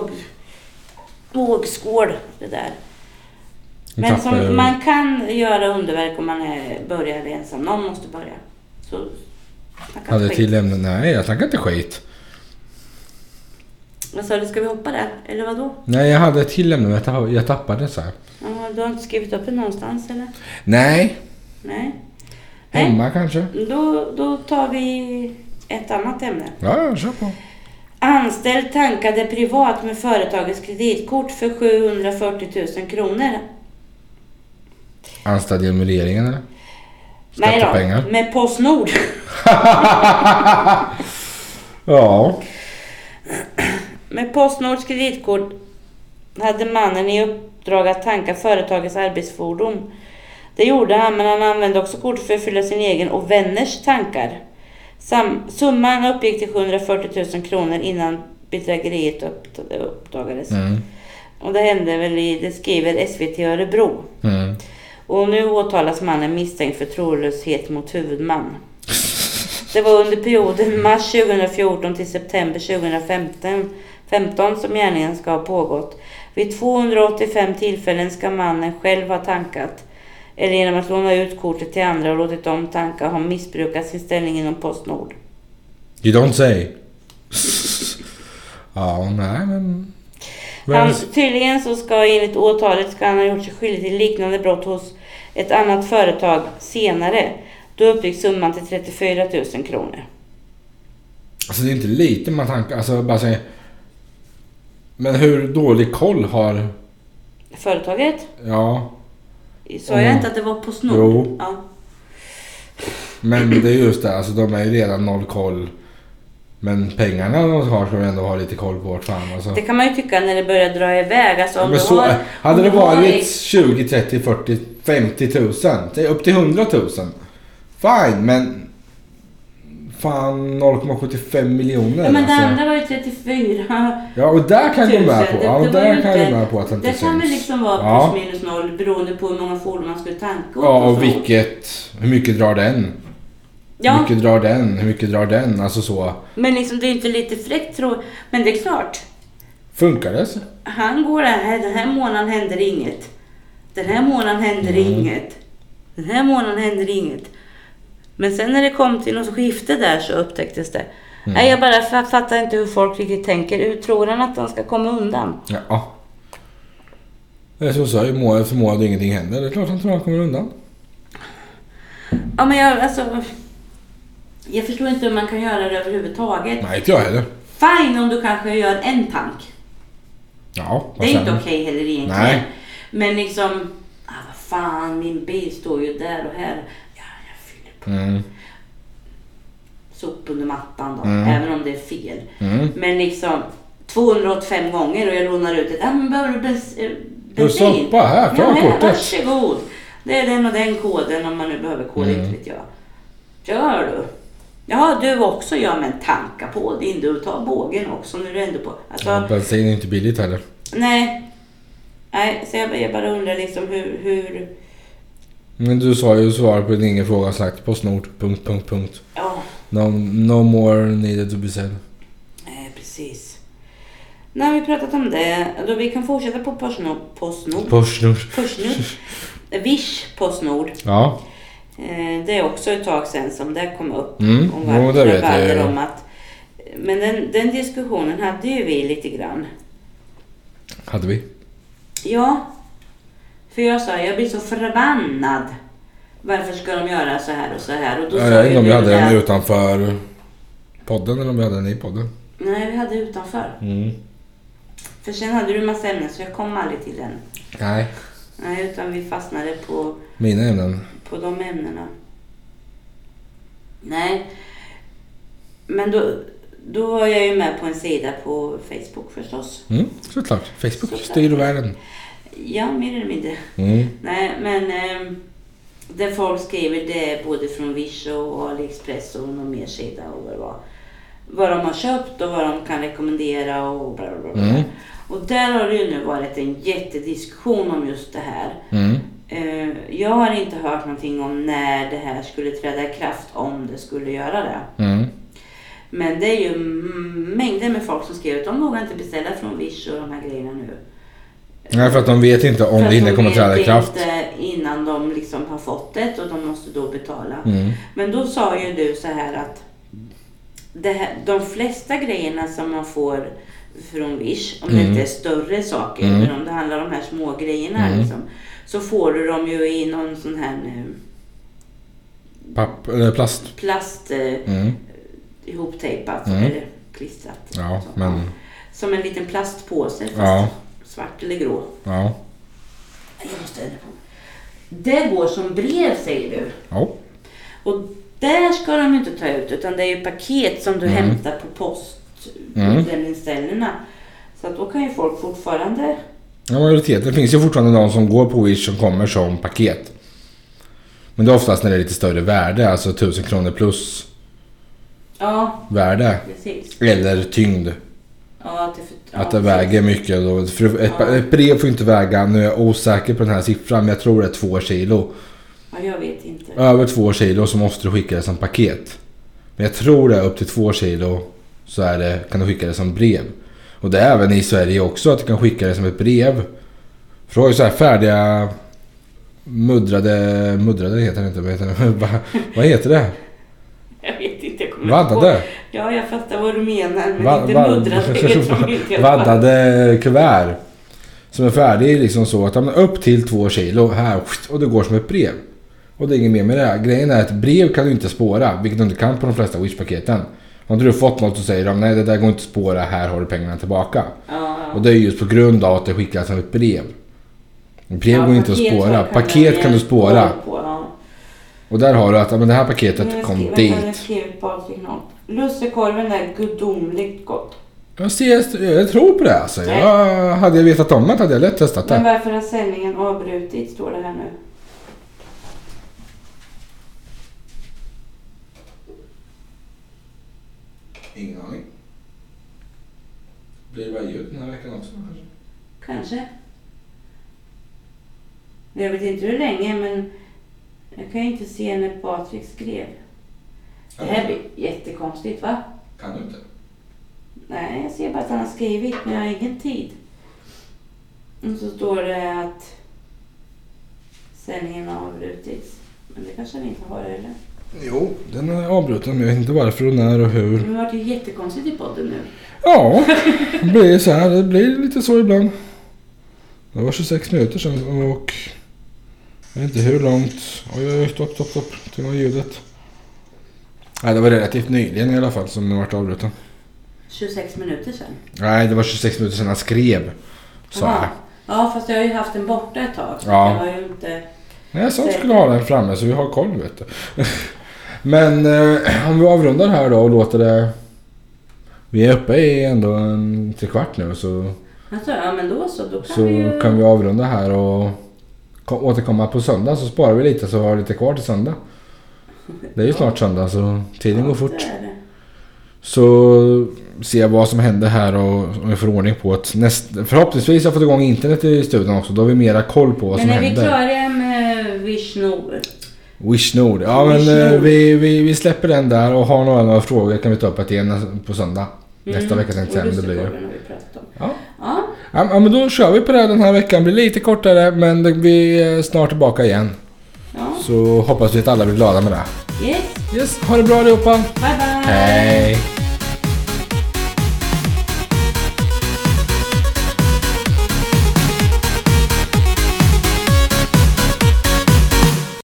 Vågskål det där. Men som man kan göra underverk om man börjar ensam. Någon måste börja. Så hade till ämne? Nej, jag snackar inte skit. Vad sa du, ska vi hoppa där? Eller vad då? Nej, jag hade ett till ämne, men jag tappade det så här. Ja, du har inte skrivit upp det någonstans, eller? Nej. Hemma Nej. Kanske. Då tar vi ett annat ämne. Ja, kör på. Anställd tankade privat med företagets kreditkort för 740 000 kronor. Anställd genom regeringen eller? Nej då, med PostNord. Ja. Med PostNords kreditkort hade mannen i uppdrag att tanka företagets arbetsfordon. Det gjorde han, men han använde också kortet för att fylla sin egen och vänners tankar. Summan uppgick till 740 000 kronor innan bedrägeriet uppdagades. Och det hände väl det skriver SVT Örebro. Och nu åtalas mannen misstänkt för trolöshet mot huvudman. Det var under perioden mars 2014 till september 2015 som gärningen ska ha pågått. Vid 285 tillfällen ska mannen själv ha tankat. Eller genom att låna ut kortet till andra och låtit dem tanka ha missbrukat sin ställning inom Postnord. You don't say. Ja, nej men... Tydligen så ska enligt åtalet ska han ha gjort sig skyldig till liknande brott hos ett annat företag senare. Då uppgick summan till 34 000 kronor. Alltså det är inte lite man tankar. Alltså bara säga. Men hur dålig koll har... Företaget? Ja. Sa jag inte att det var på Snord? Jo. Ja. Men det är just det. Alltså de är ju redan noll koll. Men pengarna de har ska vi ändå ha lite koll på vart fan. Alltså. Det kan man ju tycka när det börjar dra iväg. Alltså, om men du så, har, hade det varit 20, 30, 40, 50 000. Upp till 100 000. Fine, men... Fan 0,75 miljoner. Ja, men det andra var ju 34. Ja, och där kan jag gå med på. Ja, och där kan jag gå med på att det inte det kan syns. väl liksom vara plus minus noll beroende på hur många fordon man skulle tanka. Ja, och hur mycket drar den? Ja. Hur mycket drar den? Alltså så. Men liksom det är inte lite fräckt tror. Men det är klart. Funkar det? Han går här. Den här månaden händer inget. Den här månaden händer inget. Den här månaden händer inget. Men sen när det kom till något skifte där så upptäcktes det. Nej, jag bara fattar inte hur folk riktigt tänker. Hur tror han att han ska komma undan? Ja. Det är som så, förmodligen ingenting händer. Det är klart han tror han kommer undan. Ja, men jag förstår inte hur man kan göra det överhuvudtaget. Nej, inte jag heller. Fine om du kanske gör en tank. Ja. Det är inte okej heller egentligen. Nej. Men liksom, vad fan, min bil står ju där och här. Ja, jag fyller på. Sop under mattan då, även om det är fel. Men liksom 285 gånger och jag lånar ut ett. Men behöver du bensin? Du soppa här, ta kortet. Varsågod. Det är den och den koden om man nu behöver koden, inte vet jag. Gör du? Ja, du också. Ja, men tanka på din. Du tar bågen också när du ändå på. Alltså, bensin är inte billigt heller. Nej, så jag bara undrar liksom hur... Men du sa ju svar på din egen fråga sagt på Snord. Ja. No more needed to be said. Nej, precis. När vi pratat om det, då vi kan fortsätta på Postnord. Wish Postnord. Ja. Det är också ett tag sedan som det kom upp. Och det vet jag. Om att, men den diskussionen hade ju vi lite grann. Hade vi? Ja. För jag sa, jag blir så förbannad. Varför ska de göra så här och så här? Och då jag vet inte om vi hade den utanför podden eller om vi hade den i podden. Nej, vi hade utanför. För sen hade du en massa ämnen så jag kom aldrig till den. Nej, utan vi fastnade på... mina ämnen. På de ämnena. Nej. Men då var jag ju med på en sida på Facebook förstås. Såklart. Facebook styr världen. Ja, mer eller mindre. Nej, men där folk skriver det både från Wish och AliExpress och någon mer sida och vad det var. Vad de har köpt och vad de kan rekommendera och bla bla bla. Och där har det ju nu varit en jättediskussion om just det här. Jag har inte hört någonting om när det här skulle träda i kraft, om det skulle göra det. Men det är ju mängder med folk som skriver att de vågar inte beställa från Wish och de här grejerna nu. Nej, för att de vet inte om det hinner komma träda i kraft. Inte innan de liksom har fått det och de måste då betala. Men då sa ju du så här att de flesta grejerna som man får från Wish, om det inte är större saker, men om det handlar om de här små grejerna liksom, så får du dem ju i någon sån här plast ihoptejpat eller klistrat. Ja, men... Som en liten plastpåse fast svart eller grå. Ja. Jag måste ändra på. Det går som brev, säger du. Ja. Och där ska de inte ta ut, utan det är ju paket som du hämtar på postutlämningsställena. Så att då kan ju folk fortfarande... Ja, majoriteten finns ju fortfarande någon som går på Wish som kommer som paket. Men det är oftast när det är lite större värde, alltså 1000 kronor plus värde. Precis. Eller tyngd. Ja, Att det väger mycket då. För ett brev får inte väga, nu är jag osäker på den här siffran, men jag tror det är 2 kilo. Ja, jag vet inte. Över 2 kilo så måste du skicka det som paket. Men jag tror det är upp till 2 kilo så kan du skicka det som brev. Och det är även i Sverige också att du kan skicka det som ett brev. För du har ju så här färdiga muddrade heter det inte. Vad heter det? Jag vet inte, jag kommer vaddade. Ja, jag fattar vad du menar, men inte muddrade. Vaddade kuvert. Som är färdig liksom så att upp till 2 kilo här och det går som ett brev. Och det är inget mer med det här. Grejen är att brev kan du inte spåra, vilket du inte kan på de flesta Wish-paketen. Om du har fått något så säger de nej, det där går inte att spåra, här har du pengarna tillbaka. Och det är just på grund av att det skickas som ett brev. Brev går inte att spåra. Paket kan du spåra. Och där har du att det här paketet kom dit. Lussekorven är gudomligt gott. Jag tror på det alltså. Hade jag vetat om det hade jag lätt testat det. Men varför har sändningen avbrutit, står det här nu? Ingen aning. Blir det bara ljud den här veckan också kanske? Jag vet inte hur länge, men jag kan inte se när Patrik skrev. Det här blir jättekonstigt, va? Kan du inte? Nej, jag ser bara att han har skrivit, men jag har ingen tid. Och så står det att sändningen har avbrutits. Men det kanske den inte har, eller? Jo, den är avbruten, men jag vet inte varför och när och hur. Det har varit jättekonstigt i podden nu. Ja, det blir så här. Det blir lite så ibland. Det var 26 minuter sedan och jag vet inte hur långt. Oj, stopp. Till något ljudet. Nej, det var relativt nyligen i alla fall som den varit avbruten. 26 minuter sedan? Nej, det var 26 minuter sedan han skrev. Så här. Ja, fast jag har ju haft den borta ett tag. Så ja. Jag har ju inte... Nej, jag sa att jag skulle ha den framme så vi har koll, vet du. Men om vi avrundar här då och låter det... Vi är uppe i ändå 3/4 nu så... Alltså, ja, men då kan vi avrunda här och återkomma på söndag, så sparar vi lite så har vi lite kvar till söndag. Det är ju snart söndag så tiden går fort. Så se vad som händer här och vi får ordning på att förhoppningsvis har fått igång internet i studion också. Då har vi mera koll på vad som händer. Men är vi klara med Wishnord? Ja, men vi släpper den där och har några frågor kan vi ta upp att igen på söndag. Nästa vecka tänkte jag säga, det blir ju. Ja, men då kör vi på det den här veckan. Blir lite kortare, men vi är snart tillbaka igen. Ja. Så hoppas vi att alla blir glada med det. Yes. Ha det bra allihopa. Bye bye. Hej.